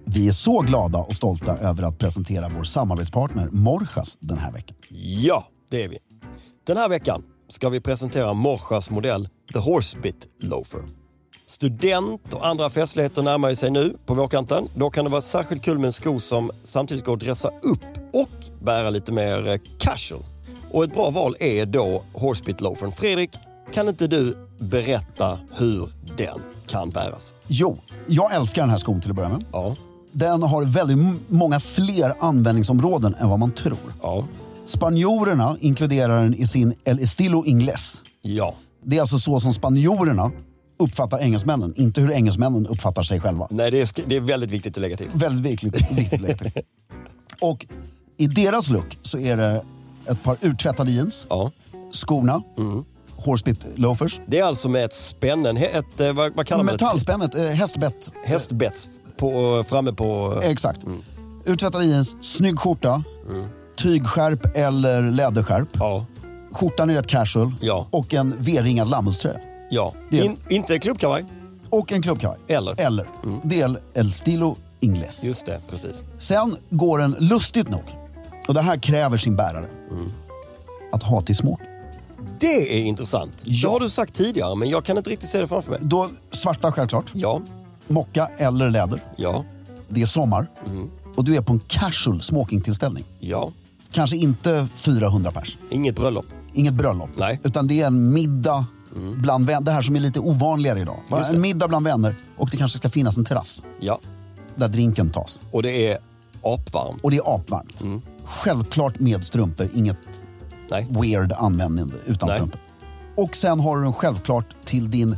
Vi är så glada och stolta över att presentera vår samarbetspartner Morjas den här veckan. Ja, det är vi. Den här veckan ska vi presentera Morjas modell The Horsebit Loafer. Student och andra festligheter närmar sig nu på vårkanten. Då kan det vara särskilt kul med en sko som samtidigt går att dressa upp och bära lite mer casual. Och ett bra val är då Horsebit Loafern. Fredrik, kan inte du berätta hur den kan bäras? Jo, jag älskar den här skon till att börja med. Ja. Den har väldigt många fler användningsområden än vad man tror. Ja. Spanjorerna inkluderar den i sin El Estilo Inglés. Ja. Det är alltså så som spanjorerna uppfattar engelsmännen, inte hur engelsmännen uppfattar sig själva. Nej, det är väldigt viktigt att lägga till. Väldigt viktigt att lägga till. Och i deras look så är det ett par uttvättade jeans, skorna, Horsebit loafers. Det är alltså med ett spännen, vad kallar man det? Metallspännet, hästbett. Hästbett framme på... Exakt. Uttvättade jeans, snygg skjorta, tygskärp eller läderskärp. Ja. Skjortan är rätt casual och en V-ringad lammullströja. Ja, inte klubbkavaj. Och en klubbkavaj. Eller. Det är El Estilo Inglés. Just det, precis. Sen går den lustigt nog, och det här kräver sin bärare, att ha till smoking. Det är intressant. Det har du sagt tidigare, men jag kan inte riktigt se det framför mig. Då svarta självklart. Ja. Mocka eller läder. Ja. Det är sommar. Och du är på en casual smokingtillställning. Ja. Kanske inte 400 pers. Inget bröllop. Inget bröllop. Nej. Utan det är en middag bland vänner. Det här som är lite ovanligare idag. Bara en middag bland vänner. Och det kanske ska finnas en terrass. Ja. Där drinken tas. Och det är apvarmt. Och det är apvarmt. Självklart med strumpor. Inget weird användning utan strumpor. Och sen har du den självklart till din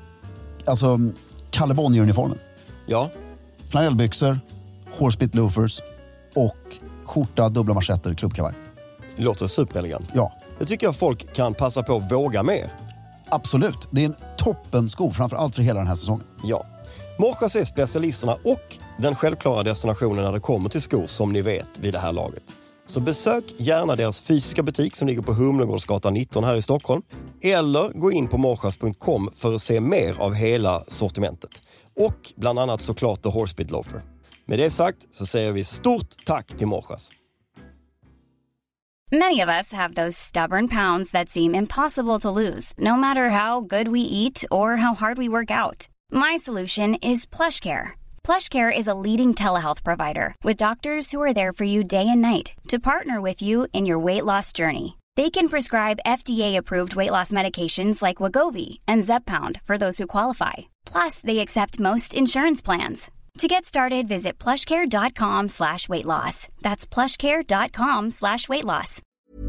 Kalle Bonnier-uniformen. Ja. Flanellbyxor, Horsebit loafers och skjorta, dubbla manschetter, klubbkavaj. Det låter superelegant. Ja. Det tycker jag folk kan passa på att våga mer. Absolut. Det är en toppen sko, framförallt för hela den här säsongen. Ja. Morjas är specialisterna och den självklara destinationen när det kommer till skor, som ni vet vid det här laget. Så besök gärna deras fysiska butik som ligger på Humlegårdsgatan 19 här i Stockholm. Eller gå in på morjas.com för att se mer av hela sortimentet. Och bland annat såklart The Horsebit Loafer. Med det sagt så säger vi stort tack till Morjas. Many of us have those stubborn pounds that seem impossible to lose, no matter how good we eat or how hard we work out. My solution is PlushCare. PlushCare is a leading telehealth provider with doctors who are there for you day and night to partner with you in your weight loss journey. They can prescribe FDA-approved weight loss medications like Wegovy and Zepbound for those who qualify. Plus, they accept most insurance plans. To get started, visit plushcare.com/weightloss. That's plushcare.com/weightloss.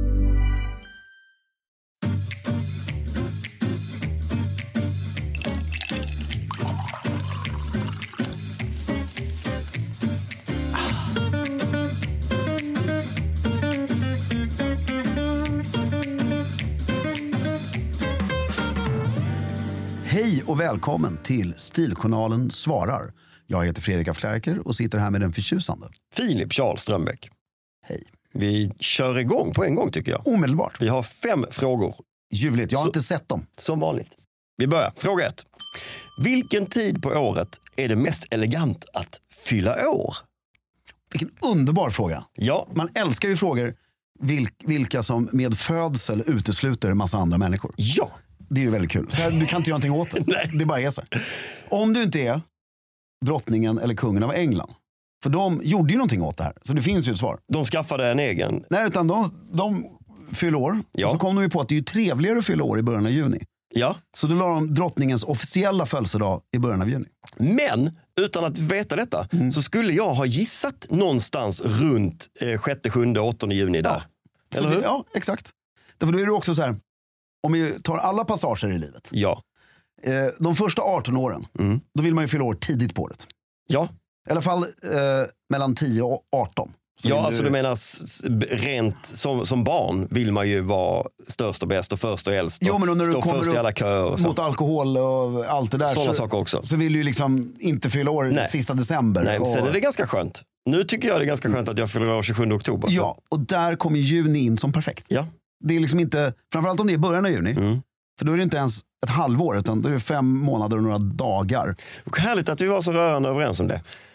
Hej och välkommen till Stiljournalen svarar. Jag heter Fredrik af Klerker och sitter här med den förtjusande Filip Charles Strömbäck. Hej. Vi kör igång på en gång tycker jag. Omedelbart. Vi har 5 frågor. Ljuvligt, jag har inte sett dem. Som vanligt. Vi börjar. Fråga 1. Vilken tid på året är det mest elegant att fylla år? Vilken underbar fråga. Ja. Man älskar ju frågor vilka som med födsel utesluter en massa andra människor. Ja. Det är ju väldigt kul. Så du kan inte göra någonting åt det. Nej. Det bara är så. Om du inte är drottningen eller kungen av England. För de gjorde ju någonting åt det här. Så det finns ju ett svar. De skaffade en egen. Nej, utan de fyller år. Ja. Och så kom de ju på att det är ju trevligare att fylla år i början av juni. Ja. Så då la de drottningens officiella födelsedag i början av juni. Men utan att veta detta så skulle jag ha gissat någonstans runt 6, 7, 8 juni där. Ja. Eller hur? Ja, exakt. Därför då är det också så här, om vi tar alla passager i livet. Ja. De första 18 åren, då vill man ju fylla år tidigt på året. Ja. I alla fall mellan 10 och 18. Ja, alltså du menar rent som barn vill man ju vara störst och bäst och först och äldst. Jo, men när du kommer först i alla köer och så. Mot alkohol och allt det där. Sådana saker också. Så vill du ju liksom inte fylla år sista december. Nej, men sen är det ganska skönt. Nu tycker jag det är ganska skönt att jag fyller år 27 oktober. Så. Ja, och där kommer juni in som perfekt. Ja. Det är liksom inte, framförallt om det är början av juni. För då är det inte ens ett halvår utan då är det 5 månader och några dagar. Och härligt att vi var så rörande överens om det. Ja.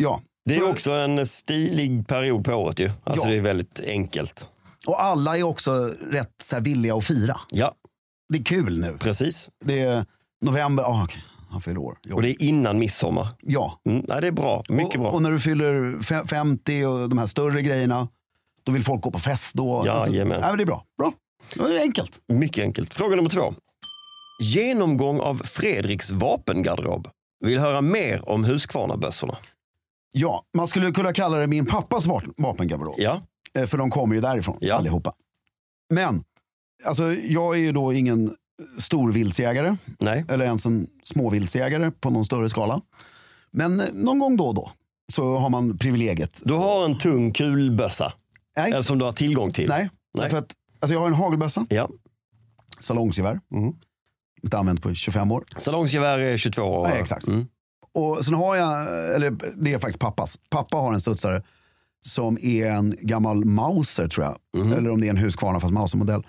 Det är också en stilig period på året ju. Alltså det är väldigt enkelt. Och alla är också rätt så här villiga att fira. Ja. Det är kul nu. Precis. Det är november, okej. Han fyller år. Och det är innan midsommar. Ja. Nej, det är bra. Mycket bra. Och när du fyller 50 och de här större grejerna, då vill folk gå på fest då. Ja, alltså, men det är bra. Det är enkelt. Mycket enkelt. Fråga nummer 2. Genomgång av Fredriks vapengarderob. Vill höra mer om Husqvarna-bössorna. Ja, man skulle kunna kalla det min pappas vapengarderob. Ja. För de kommer ju därifrån, allihopa. Men, alltså jag är ju då ingen stor vildsjägare. Nej. Eller ens en småvildsjägare på någon större skala. Men någon gång då och då så har man privilegiet. Du har en tung kulbössa. Nej. Eller som du har tillgång till. Nej. För att alltså jag har en hagelbössa. Ja. Salongsgevär. Inte använt på 25 år. Salongsgevär är 22 år. Nej, exakt. Och sen har jag, eller det är faktiskt pappas. Pappa har en studsare som är en gammal Mauser tror jag. Eller om det är en Husqvarna fast Mauser-modell.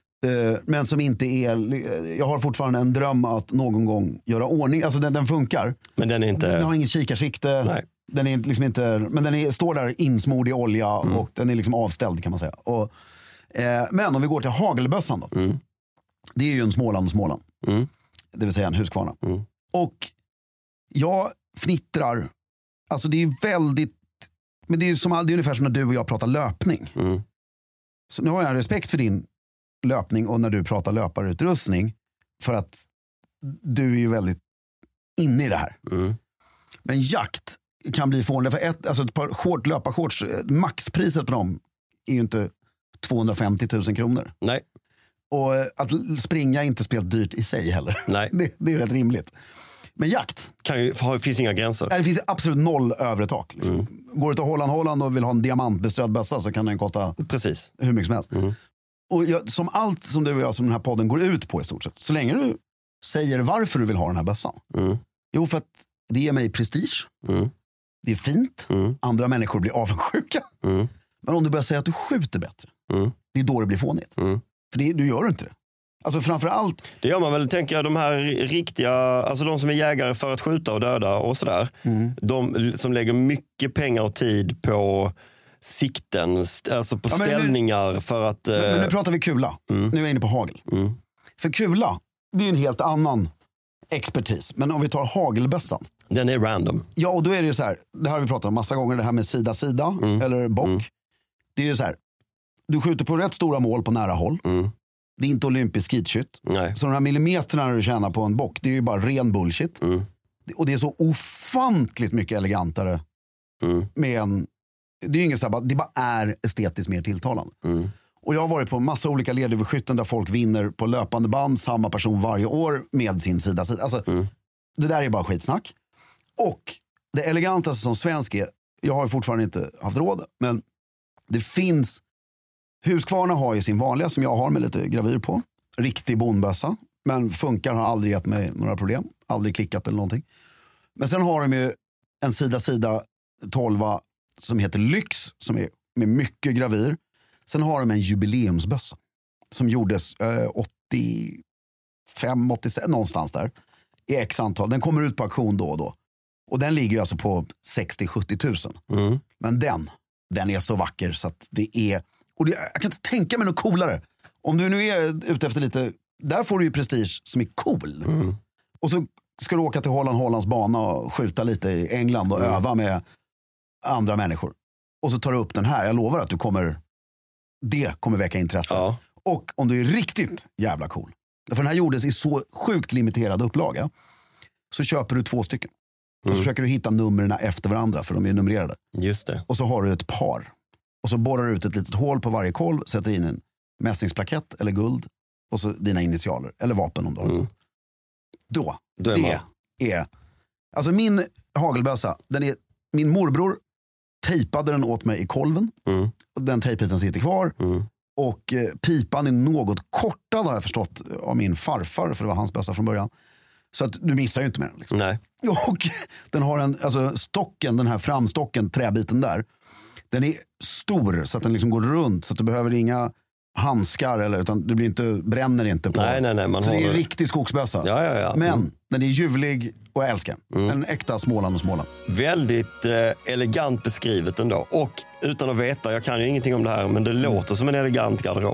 Men som inte är, jag har fortfarande en dröm att någon gång göra ordning. Alltså den funkar. Men den är inte. Den har inget kikarsikte. Nej. Den är liksom inte, men den står där insmord i olja och den är liksom avställd kan man säga. Och, men om vi går till hagelbössan då. Det är ju en Småland. Det vill säga en Husqvarna. Och jag fnittrar. Alltså det är väldigt, men det är ungefär som när du och jag pratar löpning. Så nu har jag respekt för din löpning och när du pratar löparutrustning för att du är ju väldigt inne i det här. Men jakt kan bli fånigt för ett par löparshorts, maxpriset på dem är ju inte 250 000 kronor. Nej. Och att springa är inte spelat dyrt i sig heller. Nej. Det är rätt rimligt. Men jakt finns inga gränser. Det finns absolut noll övre tak. Liksom. Går du till Holland och vill ha en diamantbeströdd bössa så kan den kosta hur mycket som helst. Och som allt som du och jag som den här podden går ut på i stort sett. Så länge du säger varför du vill ha den här bössan. Jo, för att det ger mig prestige. Det är fint. Andra människor blir avundsjuka. Men om du börjar säga att du skjuter bättre. Det är då det blir fånigt. För du gör inte det. Alltså framförallt. Det gör man väl, tänker jag, de här riktiga, alltså de som är jägare för att skjuta och döda och sådär. De som lägger mycket pengar och tid på sikten, alltså på ställningar för att. Men nu pratar vi kula. Nu är jag inne på hagel. För kula, det är en helt annan expertis. Men om vi tar hagelbössan. Den är random. Ja, och då är det ju så här, det här har vi pratat om massa gånger, det här med sida eller bock. Det är ju så här, du skjuter på rätt stora mål på nära håll. Det är inte olympisk skitskytt. Så de här millimeterna du tjänar på en bock, det är ju bara ren bullshit. Och det är så ofantligt mycket elegantare med en. Det är ju inget så här, det bara är estetiskt mer tilltalande. Och jag har varit på massa olika ledöverskytten där folk vinner på löpande band, samma person varje år med sin sida. Alltså, det där är bara skitsnack. Och det elegantaste som svensk är, jag har fortfarande inte haft råd, men det finns, Husqvarna har ju sin vanliga som jag har med lite gravyr på. Riktig bondbössa, men funkar, har aldrig gett mig några problem. Aldrig klickat eller någonting. Men sen har de ju en sida 12 som heter Lyx, som är med mycket gravyr. Sen har de en jubileumsbössa som gjordes 85, 86, någonstans där. I x antal. Den kommer ut på auktion då och då. Och den ligger ju alltså på 60-70 000. Men den är så vacker så att det är. Och jag kan inte tänka mig något coolare. Om du nu är ute efter lite, där får du ju prestige som är cool. Och så ska du åka till Hollands bana och skjuta lite i England och öva med andra människor. Och så tar du upp den här. Jag lovar att det kommer väcka intresse. Ja. Och om du är riktigt jävla cool. För den här gjordes i så sjukt limiterad upplaga. Så köper du 2 stycken. Och så försöker du hitta numren efter varandra, för de är numrerade. Just det. Och så har du ett par. Och så borrar du ut ett litet hål på varje kolv, sätter in en mässingsplakett eller guld. Och så dina initialer, eller vapen om du har. Då det är. Alltså min hagelbössa, min morbror tejpade den åt mig i kolven. Och den tejpbiten sitter kvar. Och pipan är något kortad, har jag förstått, av min farfar, för det var hans bössa från början. Så att du missar ju inte med den. Liksom. Nej. Och den har stocken, den här framstocken, träbiten där. Den är stor så att den liksom går runt, så att du behöver inga handskar utan du bränner inte på. Nej. Så det är en riktig skogsbössa. Ja. Men den är ljuvlig och Och jag älskar en äkta Småland och Småland. Väldigt elegant beskrivet ändå. Och utan att veta, jag kan ju ingenting om det här, men det låter som en elegant garderob.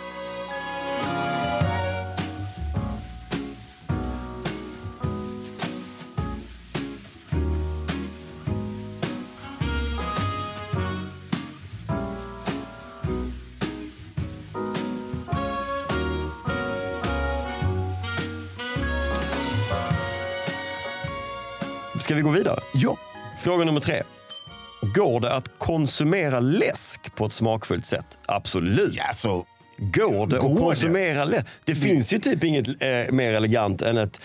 Ska vi gå vidare? Ja. Fråga nummer 3. Går det att konsumera läsk på ett smakfullt sätt? Absolut. Ja, så Går det att konsumera läsk? Det finns ju typ inget mer elegant än ett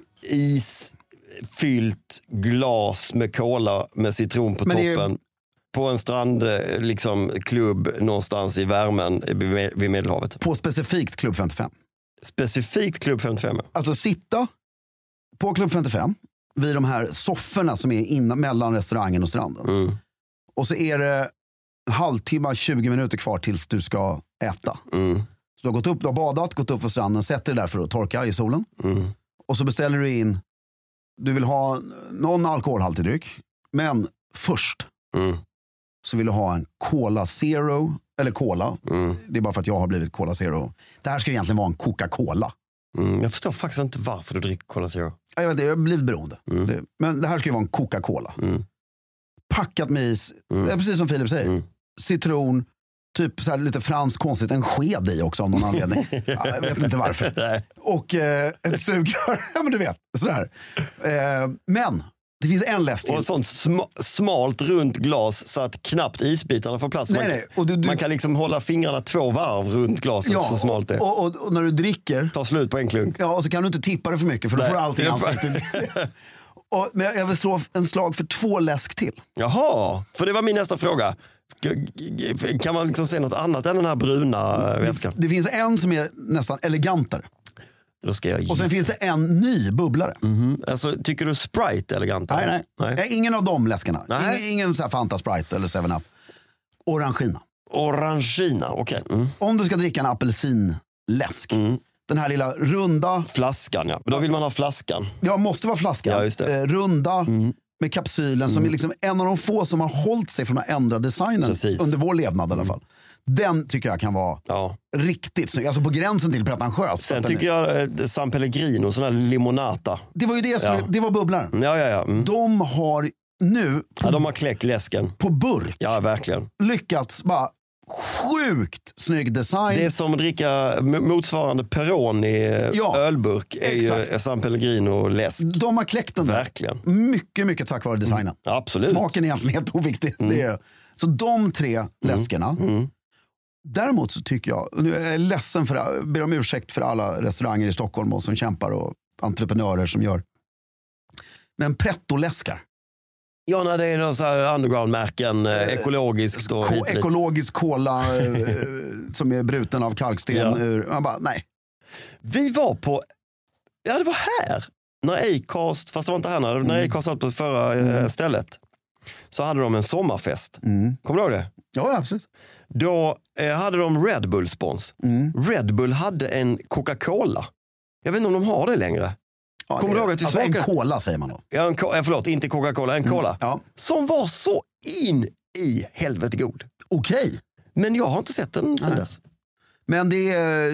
isfyllt glas med cola med citron på toppen. På en strand, liksom klubb någonstans i värmen vid Medelhavet. På specifikt Klubb 55. Specifikt Klubb 55. Alltså sitta på Klubb 55 vid de här sofforna som är mellan restaurangen och stranden. Och så är det en halvtimme, 20 minuter kvar tills du ska äta. Så du har gått upp, du har badat, gått upp på stranden, sätter dig där för att torka i solen. Och så beställer du in, du vill ha någon alkoholhaltig dryck, men först så vill du ha en Cola Zero, eller Cola. Det är bara för att jag har blivit Cola Zero. Det här ska egentligen vara en Coca-Cola. Jag förstår faktiskt inte varför du dricker Cola Zero. Jag vet inte, jag har blivit beroende. Men det här ska ju vara en Coca-Cola. Packat med is, precis som Filip säger. Citron, typ så här lite franskt konstigt, en sked i också av någon anledning. Jag vet inte varför. Och ett sugrör, ja men du vet, sådär. Men det finns en läsk till. Och ett sånt smalt runt glas så att knappt isbitarna får plats. Nej. Och man kan liksom hålla fingrarna 2 varv runt glaset, så smalt det. Och när du dricker... Ta slut på en klunk. Ja, och så kan du inte tippa det för mycket, för då får du allting i ansiktet. Men jag vill slå en slag för 2 läsk till. Jaha, för det var min nästa fråga. Kan man liksom se något annat än den här bruna vätskan? Det finns en som är nästan elegantare. Då ska jag gissa. Och sen finns det en ny bubblare. Alltså, tycker du Sprite är elegantare? Nej. Ingen av de läskarna. Ingen så här Fanta Sprite eller 7-Up. Orangina, okej. Om du ska dricka en apelsinläsk. Den här lilla runda... Flaskan, ja. Men då vill man ha flaskan. Ja, måste vara flaskan. Ja, just det. Runda med kapsylen som är liksom en av de få som har hållit sig från att ändra designen under vår levnad i alla fall. Den tycker jag kan vara riktigt snygg. Alltså på gränsen till pretentiös. Sen tycker jag San Pellegrino, sån här limonata. Det var ju det var bubblaren. Ja. De har nu... de har kläckt läsken. På burk. Ja, verkligen. Lyckats bara... Sjukt snygg design. Det är som att dricka motsvarande Peroni ölburk är ju San Pellegrino läsk. De har kläckt den där. Verkligen. Mycket, mycket tack vare designen. Absolut. Smaken är egentligen helt oviktig. Så de 3 läskerna. Däremot så tycker jag, nu är jag ledsen ber om ursäkt för alla restauranger i Stockholm och som kämpar och entreprenörer som gör. Men Pretto-läskar. Ja, när det är någon så här underground-märken, ekologiskt och ekologisk cola som är bruten av kalksten. Man bara, nej. Vi var på, det var här. När Acast, fast det var inte här, när Acast satt på förra stället. Så hade de en sommarfest. Kommer du ihåg det? Ja, absolut. Då hade de Red Bull-spons. Red Bull hade en Coca-Cola. Jag vet inte om de har det längre. Ja, kommer du ihåg att det smakade... en cola säger man då? Ja, förlåt, inte Coca-Cola, en cola. Som var så in i helvete god. Okej. Men jag har inte sett den sedan dess. Men det är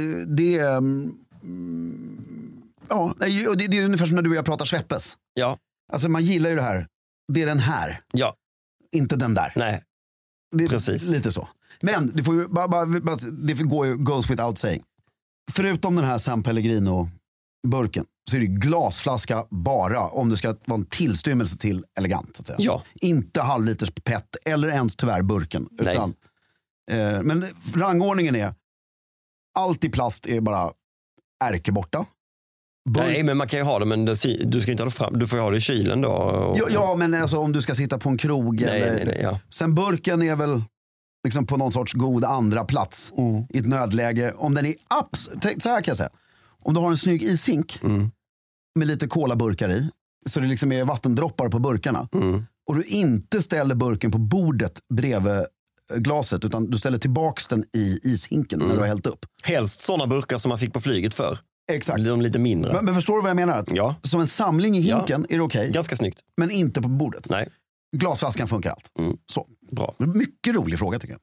ungefär som när du och jag pratar Sveppes. Ja. Alltså man gillar ju det här. Det är den här. Ja. Inte den där. Nej. Precis. Lite så. Men det får ju det går ju goes without saying. Förutom den här San Pellegrino burken så är det glasflaska bara om det ska vara en tillstymmelse till elegant så att säga. Ja. Inte halvliters pet eller ens tyvärr burken. Utan, men rangordningen är allt i plast är bara ärke borta. Nej, men man kan ju ha det, men du ska inte ha det fram. Du får ju ha det i kylen då. Ja, men alltså om du ska sitta på en krog nej. Sen burken är väl liksom på någon sorts god andra plats i ett nödläge. Om den är så här kan jag säga. Om du har en snygg ishink med lite colaburkar i, så det liksom är vattendroppar på burkarna, och du inte ställer burken på bordet bredvid glaset, utan du ställer tillbaks den i ishinken när du har hällt upp. Helst sådana burkar som man fick på flyget för. Exakt. De lite mindre. Men förstår du vad jag menar? Ja. Som en samling i hinken är det okej. Ganska snyggt. Men inte på bordet. Nej. Glasflaskan funkar allt. Så. Bra. Mycket rolig fråga tycker jag.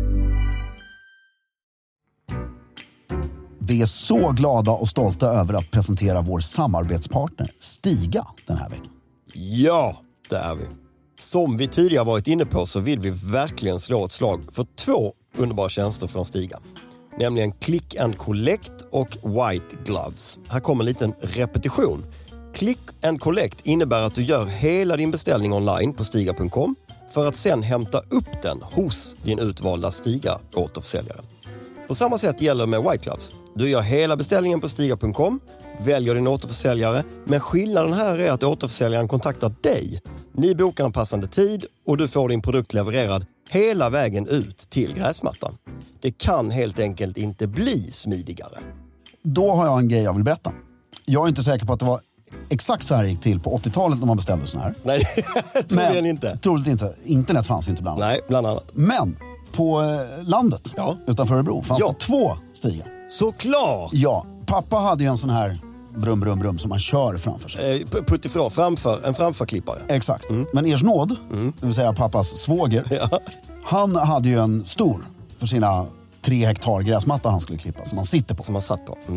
Vi är så glada och stolta över att presentera vår samarbetspartner Stiga den här veckan. Ja, det är vi. Som vi tidigare varit inne på så vill vi verkligen slå ett slag för 2 underbara tjänster från Stiga. Nämligen Click and Collect och White Gloves. Här kommer en liten repetition. Click and Collect innebär att du gör hela din beställning online på Stiga.com för att sen hämta upp den hos din utvalda Stiga återförsäljare. På samma sätt gäller med White Gloves. Du gör hela beställningen på Stiga.com, väljer din återförsäljare, men skillnaden här är att återförsäljaren kontaktar dig. Ni bokar en passande tid och du får din produkt levererad hela vägen ut till gräsmattan. Det kan helt enkelt inte bli smidigare. Då har jag en grej jag vill berätta. Jag är inte säker på att det var exakt så här gick till på 80-talet när man beställde sån här. Nej, troligen inte. Troligt inte. Internet fanns ju inte bland annat. Nej, bland annat. Men på landet utanför Örebro fanns det 2 Stiga. Såklart! Ja, pappa hade ju en sån här brum, brum, brum som man kör framför sig. Puttifrån, en framförklippare. Exakt. Men Ers nåd, det vill säga pappas svåger, han hade ju en stor för sina 3 hektar gräsmatta han skulle klippa, som han sitter på. Som han satt på.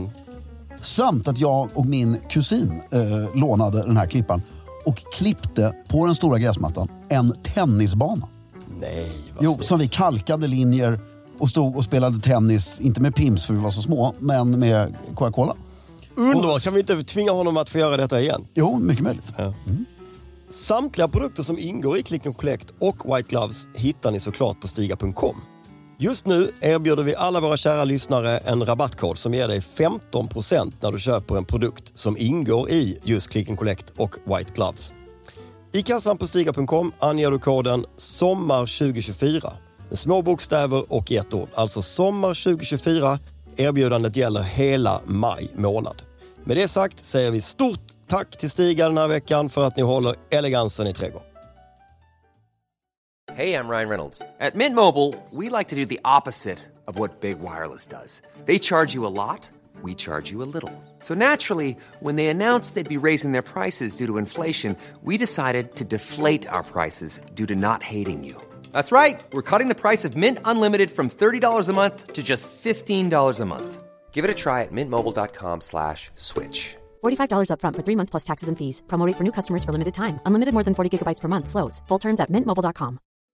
Samt att jag och min kusin lånade den här klippan och klippte på den stora gräsmattan en tennisbana. Nej, vad som vi kalkade linjer och stod och spelade tennis, inte med Pims för vi var så små, men med Coca-Cola. Underbart, kan vi inte tvinga honom att få göra detta igen? Jo, mycket möjligt. Ja. Samtliga produkter som ingår i Click and Collect och White Gloves hittar ni såklart på Stiga.com. Just nu erbjuder vi alla våra kära lyssnare en rabattkod som ger dig 15% när du köper en produkt som ingår i just Click and Collect och White Gloves. I kassan på Stiga.com anger du koden SOMMAR2024 med små bokstäver och ett ord. Alltså SOMMAR2024. Erbjudandet gäller hela maj månad. Med det sagt säger vi stort tack till Stiga den här veckan för att ni håller elegansen i trädgården. Hey, I'm Ryan Reynolds. At Mint Mobile, we like to do the opposite of what Big Wireless does. They charge you a lot, we charge you a little. So naturally, when they announced they'd be raising their prices due to inflation, we decided to deflate our prices due to not hating you. That's right. We're cutting the price of Mint Unlimited from $30 a month to just $15 a month. Give it a try at mintmobile.com/switch. $45 up front for 3 months plus taxes and fees. Promo rate for new customers for limited time. Unlimited more than 40 gigabytes per month. Slows full terms at mintmobile.com.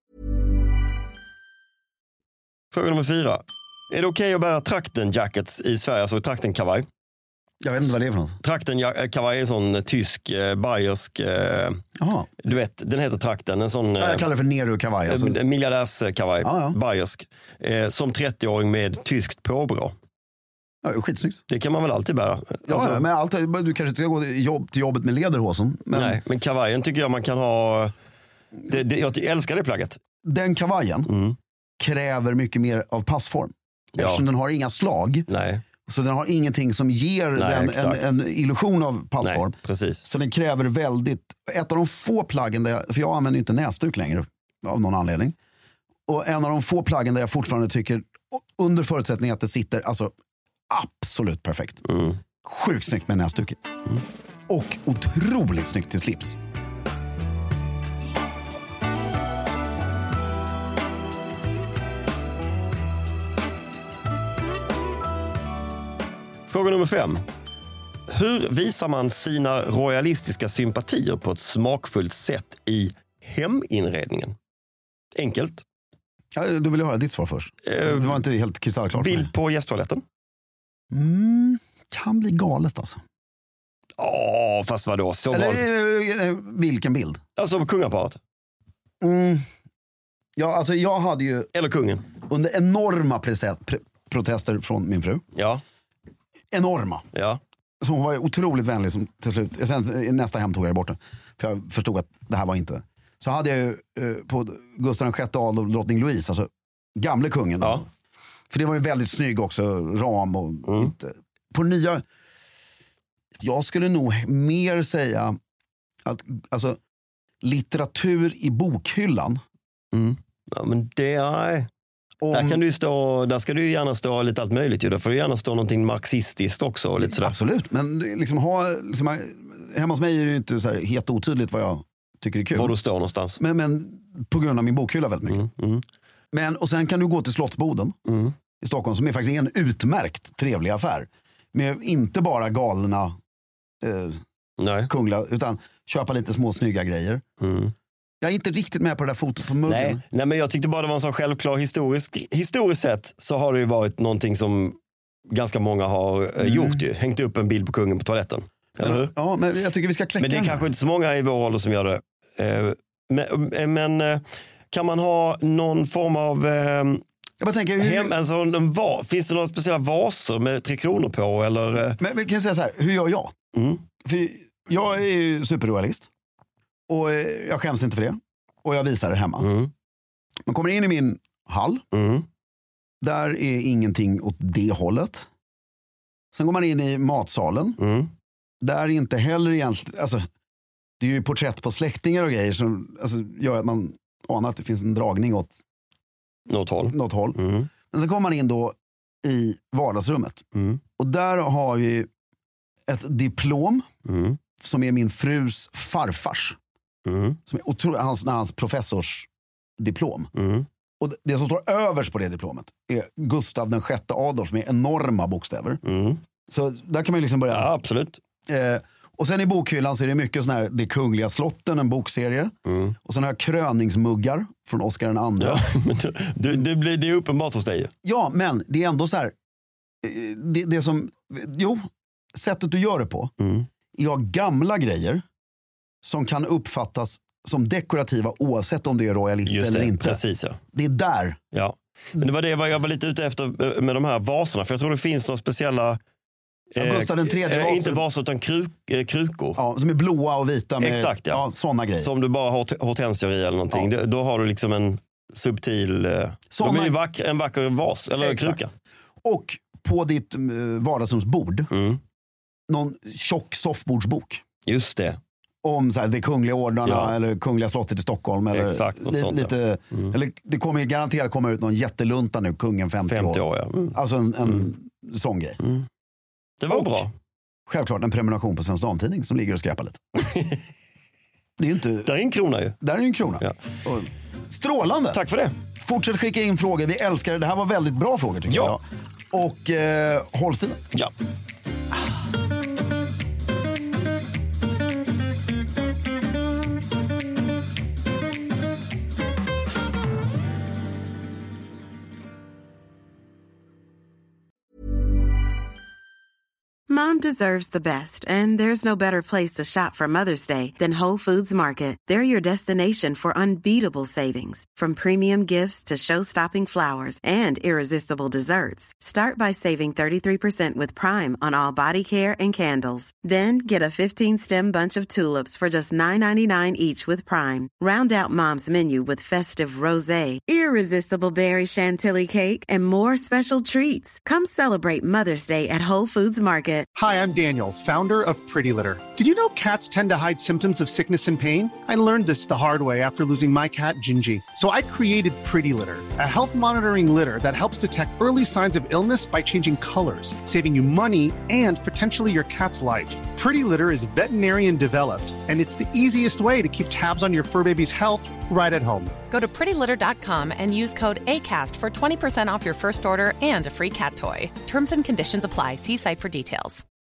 Fråga nummer 4. Är det okej att bära traktenjackets i Sverige, alltså traktenkavaj? Jag vet inte vad det är för något. Traktenkavaj är en sån tysk, bayersk, du vet, den heter trakten. En sån, jag kallar det för Nero-kavaj. Alltså. Miljardärskavaj, bayersk. Som 30-åring med tyskt påbrå. Ja, skitsnyggt. Det kan man väl alltid bära? Ja, men du kanske inte ska gå till jobbet med lederhosen. Men... Nej, men kavajen tycker jag man kan ha... jag älskar det plagget. Den kavajen kräver mycket mer av passform. Eftersom den har inga slag. Nej. Så den har ingenting som ger den en illusion av passform. Nej, precis. Så den kräver väldigt... Ett av de få plaggen där för jag använder inte näsduk längre av någon anledning. Och en av de få plaggen där jag fortfarande tycker, under förutsättning att det sitter alltså absolut perfekt. Sjukt snyggt med näsduk. Och otroligt snyggt till slips. Fråga nummer 5. Hur visar man sina royalistiska sympatier på ett smakfullt sätt i heminredningen? Enkelt. Ja, du vill höra ditt svar först. Det var inte helt kristallklart. Bild på gästtoaletten? Kan bli galet alltså. Fast vadå? Så eller vilken bild? Alltså kungaparet? Ja, alltså jag hade ju... Eller kungen? Under enorma protester från min fru. Ja. Enorma. Ja. Så hon var otroligt vänlig som till slut. Sen nästa hem tog jag bort den. För jag förstod att det här var inte... Så hade jag ju på Gustav VI Adolf och drottning Louise, alltså gamle kungen. Ja. För det var ju väldigt snygg också, ram och inte... På nya... Jag skulle nog mer säga att alltså, litteratur i bokhyllan. Ja, men det är... Där kan du där ska du ju gärna stå lite allt möjligt. Där får du gärna stå någonting marxistiskt också. Och lite sådär. Absolut, men liksom hemma hos mig är det ju inte så här helt otydligt vad jag tycker är kul. Var du står någonstans. Men på grund av min bokhylla väldigt mycket. Men, och sen kan du gå till Slottsboden i Stockholm som är faktiskt en utmärkt trevlig affär. Med inte bara galna kungliga, utan köpa lite små snygga grejer. Jag är inte riktigt med på det där fotot på muggen. Nej, men jag tyckte bara det var en sån självklar historiskt sett så har det ju varit någonting som ganska många har gjort ju. Hängt upp en bild på kungen på toaletten. Eller hur? Ja, men jag tycker vi ska kläcka. Men det är kanske inte så många i vår ålder som gör det. Men kan man ha någon form av jag bara tänker, finns det några speciella vaser med 3 kronor på? Eller? Men vi kan säga så här, hur gör jag? För jag är ju superroyalist. Och jag skäms inte för det. Och jag visar det hemma. Man kommer in i min hall. Där är ingenting åt det hållet. Sen går man in i matsalen. Där är inte heller egentligen... Alltså, det är ju porträtt på släktingar och grejer som gör att man anar att det finns en dragning åt något håll. Men sen kommer man in då i vardagsrummet. Och där har vi ett diplom som är min frus farfars. Som är otroligt, hans professorsdiplom. Och det som står överst på det diplomet är Gustav den sjätte Adolf med enorma bokstäver. Så där kan man ju liksom börja. Ja, absolut. Och sen i bokhyllan så är det mycket sån här Det kungliga slotten, en bokserie. Och sen har jag kröningsmuggar från Oscar den andra. Ja, men det är uppenbart hos dig. Ja, men det är ändå så här det som, sättet du gör det på är gamla grejer som kan uppfattas som dekorativa oavsett om det är royalist eller inte. Precis, ja. Det är där. Ja. Men det var det jag var lite ute efter med de här vaserna. För jag tror det finns några speciella Gustav den tredje vaser. Inte vaser utan krukor. Ja, som är blåa och vita med. Exakt, ja. Sådana grejer. Som du bara har hortensior i eller någonting. Ja. Då har du liksom en subtil... De är ju en vacker vas eller kruka. Och på ditt vardagsrumsbord någon tjock soffbordsbok. Just det. Om så här, det kungliga ordnarna eller kungliga slottet i Stockholm. Eller, exakt, lite, eller det kommer ju garanterat komma ut någon jättelunta nu, kungen 50 år. Ja. Alltså en sån grej. Det var bra. Självklart en prenumeration på Svensk Damtidning som ligger och skräpar lite. Det är inte... Där är en krona ju. Där är en krona. Ja. Strålande. Tack för det. Fortsätt skicka in frågor. Vi älskar det. Det här var väldigt bra frågor tycker jag. Och håll stilen. Ja. Mom deserves the best, and there's no better place to shop for Mother's Day than Whole Foods Market. They're your destination for unbeatable savings, from premium gifts to show-stopping flowers and irresistible desserts. Start by saving 33% with Prime on all body care and candles. Then get a 15-stem bunch of tulips for just $9.99 each with Prime. Round out Mom's menu with festive rosé, irresistible berry chantilly cake, and more special treats. Come celebrate Mother's Day at Whole Foods Market. Hi, I'm Daniel, founder of Pretty Litter. Did you know cats tend to hide symptoms of sickness and pain? I learned this the hard way after losing my cat, Gingy. So I created Pretty Litter, a health monitoring litter that helps detect early signs of illness by changing colors, saving you money and potentially your cat's life. Pretty Litter is veterinarian developed, and it's the easiest way to keep tabs on your fur baby's health right at home. Go to prettylitter.com and use code ACAST for 20% off your first order and a free cat toy. Terms and conditions apply. See site for details.